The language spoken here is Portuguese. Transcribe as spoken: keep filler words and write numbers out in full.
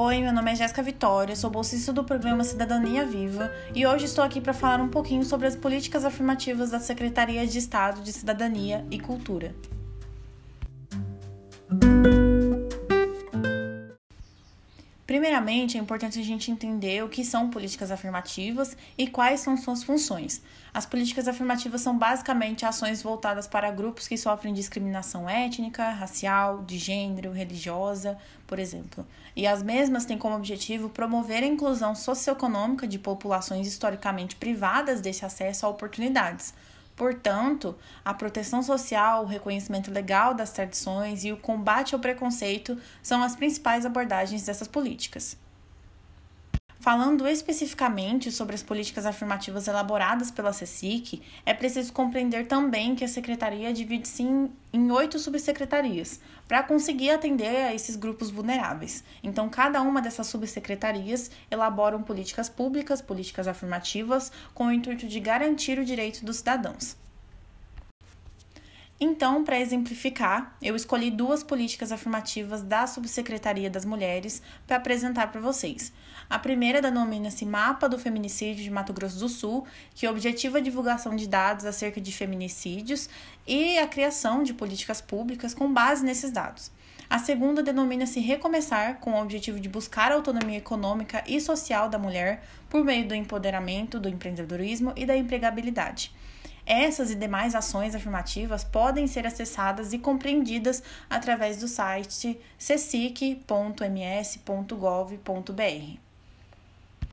Oi, meu nome é Jéssica Vitória, sou bolsista do programa Cidadania Viva e hoje estou aqui para falar um pouquinho sobre as políticas afirmativas da Secretaria de Estado de Cidadania e Cultura. Primeiramente, é importante a gente entender o que são políticas afirmativas e quais são suas funções. As políticas afirmativas são basicamente ações voltadas para grupos que sofrem discriminação étnica, racial, de gênero, religiosa, por exemplo. E as mesmas têm como objetivo promover a inclusão socioeconômica de populações historicamente privadas desse acesso a oportunidades. Portanto, a proteção social, o reconhecimento legal das tradições e o combate ao preconceito são as principais abordagens dessas políticas. Falando especificamente sobre as políticas afirmativas elaboradas pela CECIC, é preciso compreender também que a Secretaria divide-se em, em oito subsecretarias, para conseguir atender a esses grupos vulneráveis. Então, cada uma dessas subsecretarias elaboram políticas públicas, políticas afirmativas, com o intuito de garantir o direito dos cidadãos. Então, para exemplificar, eu escolhi duas políticas afirmativas da Subsecretaria das Mulheres para apresentar para vocês. A primeira denomina-se Mapa do Feminicídio de Mato Grosso do Sul, que objetiva a divulgação de dados acerca de feminicídios e a criação de políticas públicas com base nesses dados. A segunda denomina-se Recomeçar, com o objetivo de buscar a autonomia econômica e social da mulher por meio do empoderamento, do empreendedorismo e da empregabilidade. Essas e demais ações afirmativas podem ser acessadas e compreendidas através do site cecic ponto m s ponto gov ponto b r.